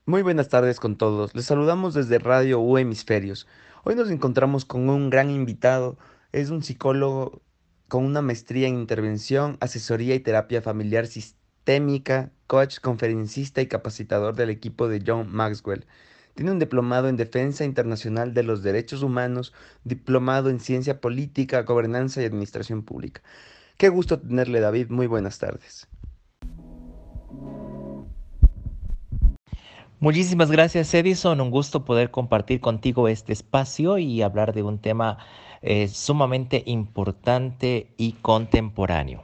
Muy buenas tardes con todos. Les saludamos desde Radio U Hemisferios. Hoy nos encontramos con un gran invitado. Es un psicólogo con una maestría en intervención, asesoría y terapia familiar sistémica, coach, conferencista y capacitador del equipo de John Maxwell. Tiene un diplomado en Defensa Internacional de los Derechos Humanos, diplomado en Ciencia Política, Gobernanza y Administración Pública. Qué gusto tenerle, David. Muy buenas tardes. Muchísimas gracias, Edison. Un gusto poder compartir contigo este espacio y hablar de un tema sumamente importante y contemporáneo.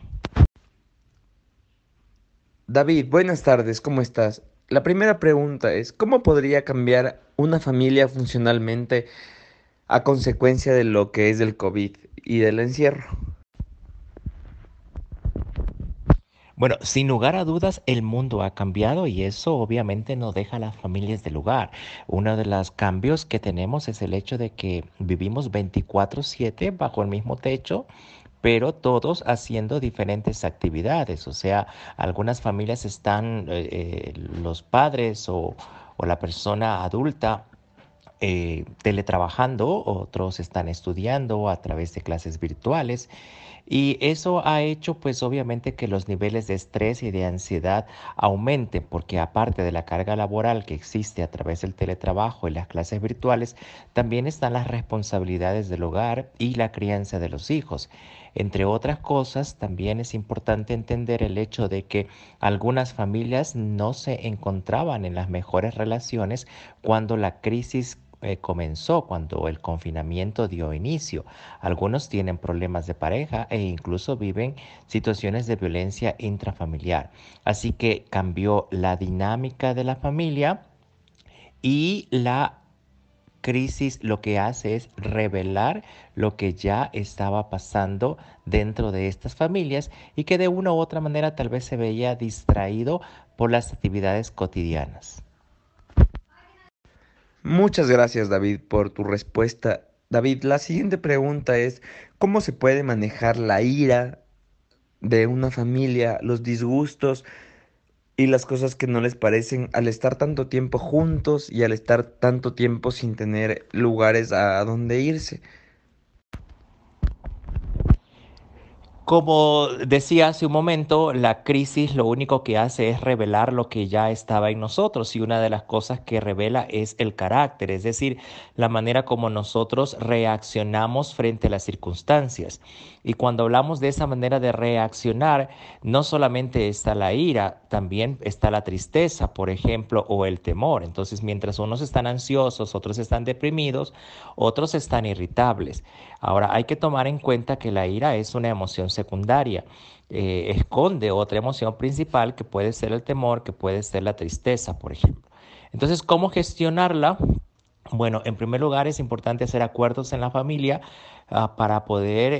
David, buenas tardes, ¿cómo estás? La primera pregunta es, ¿cómo podría cambiar una familia funcionalmente a consecuencia de lo que es del COVID y del encierro? Bueno, sin lugar a dudas, el mundo ha cambiado y eso obviamente no deja a las familias de lugar. Uno de los cambios que tenemos es el hecho de que vivimos 24/7 bajo el mismo techo, pero todos haciendo diferentes actividades. O sea, algunas familias están, los padres o la persona adulta teletrabajando, otros están estudiando a través de clases virtuales y eso ha hecho pues obviamente que los niveles de estrés y de ansiedad aumenten porque aparte de la carga laboral que existe a través del teletrabajo y las clases virtuales, también están las responsabilidades del hogar y la crianza de los hijos. Entre otras cosas, también es importante entender el hecho de que algunas familias no se encontraban en las mejores relaciones cuando la crisis comenzó, cuando el confinamiento dio inicio. Algunos tienen problemas de pareja e incluso viven situaciones de violencia intrafamiliar. Así que cambió la dinámica de la familia y la crisis lo que hace es revelar lo que ya estaba pasando dentro de estas familias y que de una u otra manera tal vez se veía distraído por las actividades cotidianas. Muchas gracias, David, por tu respuesta. David, la siguiente pregunta es, ¿cómo se puede manejar la ira de una familia, los disgustos y las cosas que no les parecen al estar tanto tiempo juntos y al estar tanto tiempo sin tener lugares a donde irse? Como decía hace un momento, la crisis lo único que hace es revelar lo que ya estaba en nosotros y una de las cosas que revela es el carácter, es decir, la manera como nosotros reaccionamos frente a las circunstancias. Y cuando hablamos de esa manera de reaccionar, no solamente está la ira, también está la tristeza, por ejemplo, o el temor. Entonces, mientras unos están ansiosos, otros están deprimidos, otros están irritables. Ahora, hay que tomar en cuenta que la ira es una emoción secundaria. Esconde otra emoción principal que puede ser el temor, que puede ser la tristeza, por ejemplo. Entonces, ¿cómo gestionarla? Bueno, en primer lugar es importante hacer acuerdos en la familia para poder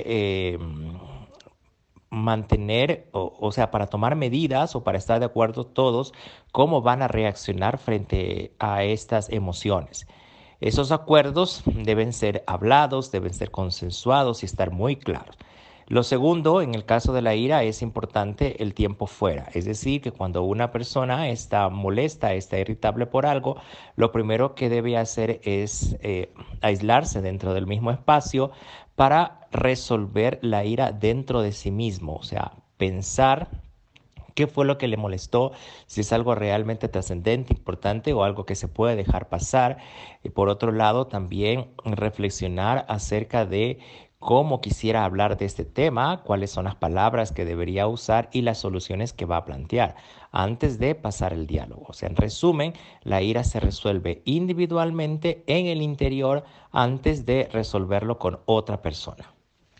mantener, o sea, para tomar medidas o para estar de acuerdo todos cómo van a reaccionar frente a estas emociones. Esos acuerdos deben ser hablados, deben ser consensuados y estar muy claros. Lo segundo, en el caso de la ira, es importante el tiempo fuera. Es decir, que cuando una persona está molesta, está irritable por algo, lo primero que debe hacer es aislarse dentro del mismo espacio para resolver la ira dentro de sí mismo. O sea, pensar qué fue lo que le molestó, si es algo realmente trascendente, importante o algo que se puede dejar pasar. Y por otro lado, también reflexionar acerca de cómo quisiera hablar de este tema, cuáles son las palabras que debería usar y las soluciones que va a plantear antes de pasar el diálogo. O sea, en resumen, la ira se resuelve individualmente en el interior antes de resolverlo con otra persona.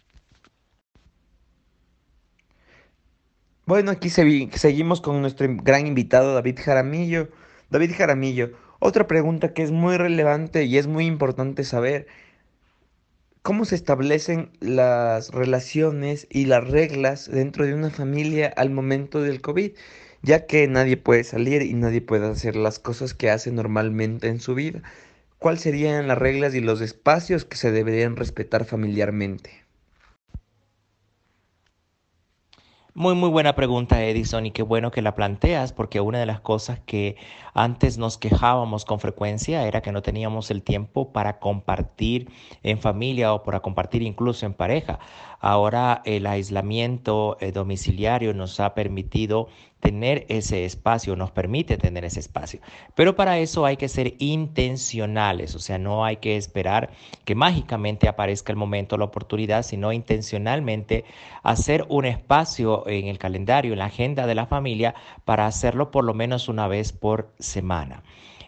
Bueno, aquí seguimos con nuestro gran invitado David Jaramillo. David Jaramillo, otra pregunta que es muy relevante y es muy importante saber, ¿cómo se establecen las relaciones y las reglas dentro de una familia al momento del COVID? Ya que nadie puede salir y nadie puede hacer las cosas que hace normalmente en su vida. ¿Cuáles serían las reglas y los espacios que se deberían respetar familiarmente? Muy, muy buena pregunta, Edison, y qué bueno que la planteas, porque una de las cosas que antes nos quejábamos con frecuencia era que no teníamos el tiempo para compartir en familia o para compartir incluso en pareja. Ahora el aislamiento domiciliario nos ha permitido tener ese espacio, nos permite tener ese espacio. Pero para eso hay que ser intencionales, o sea, no hay que esperar que mágicamente aparezca el momento, la oportunidad, sino intencionalmente hacer un espacio en el calendario, en la agenda de la familia, para hacerlo por lo menos una vez por semana.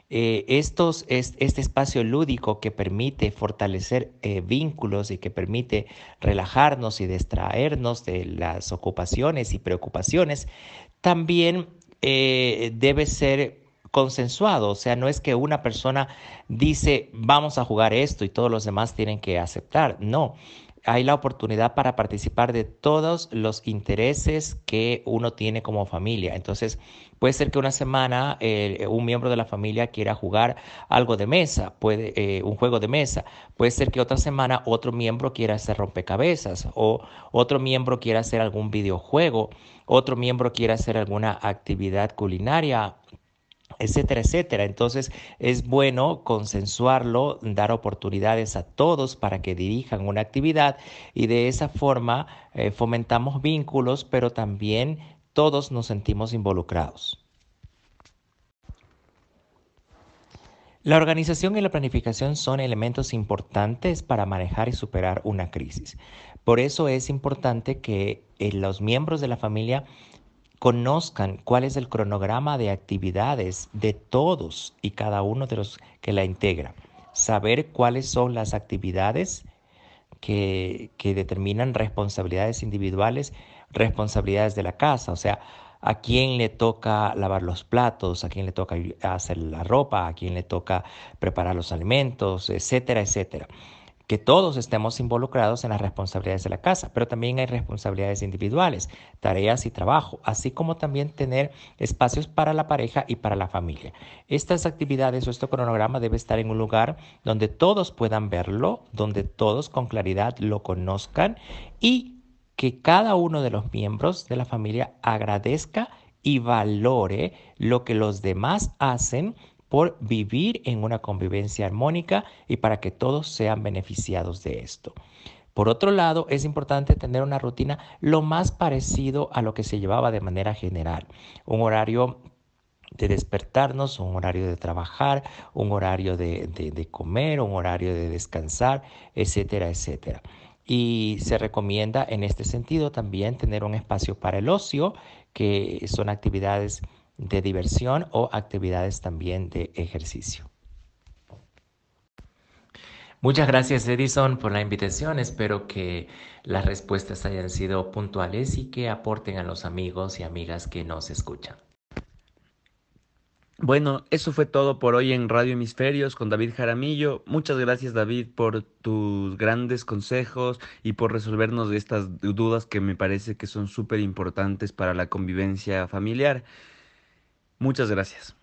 Este espacio lúdico que permite fortalecer vínculos y que permite relajarnos y distraernos de las ocupaciones y preocupaciones, también debe ser consensuado, o sea, no es que una persona dice vamos a jugar esto y todos los demás tienen que aceptar, no. Hay la oportunidad para participar de todos los intereses que uno tiene como familia. Entonces, puede ser que una semana un miembro de la familia quiera jugar algo de mesa, un juego de mesa. Puede ser que otra semana otro miembro quiera hacer rompecabezas o otro miembro quiera hacer algún videojuego, otro miembro quiera hacer alguna actividad culinaria, etcétera, etcétera. Entonces es bueno consensuarlo, dar oportunidades a todos para que dirijan una actividad y de esa forma fomentamos vínculos, pero también todos nos sentimos involucrados. La organización y la planificación son elementos importantes para manejar y superar una crisis. Por eso es importante que los miembros de la familia conozcan cuál es el cronograma de actividades de todos y cada uno de los que la integran. Saber cuáles son las actividades que determinan responsabilidades individuales, responsabilidades de la casa, o sea, a quién le toca lavar los platos, a quién le toca hacer la ropa, a quién le toca preparar los alimentos, etcétera, etcétera, que todos estemos involucrados en las responsabilidades de la casa, pero también hay responsabilidades individuales, tareas y trabajo, así como también tener espacios para la pareja y para la familia. Estas actividades o este cronograma debe estar en un lugar donde todos puedan verlo, donde todos con claridad lo conozcan y que cada uno de los miembros de la familia agradezca y valore lo que los demás hacen por vivir en una convivencia armónica y para que todos sean beneficiados de esto. Por otro lado, es importante tener una rutina lo más parecido a lo que se llevaba de manera general. Un horario de despertarnos, un horario de trabajar, un horario de comer, un horario de descansar, etcétera, etcétera. Y se recomienda en este sentido también tener un espacio para el ocio, que son actividades de diversión o actividades también de ejercicio. Muchas gracias, Edison, por la invitación. Espero que las respuestas hayan sido puntuales y que aporten a los amigos y amigas que nos escuchan. Bueno, eso fue todo por hoy en Radio Hemisferios con David Jaramillo. Muchas gracias, David, por tus grandes consejos y por resolvernos de estas dudas que me parece que son súper importantes para la convivencia familiar. Muchas gracias.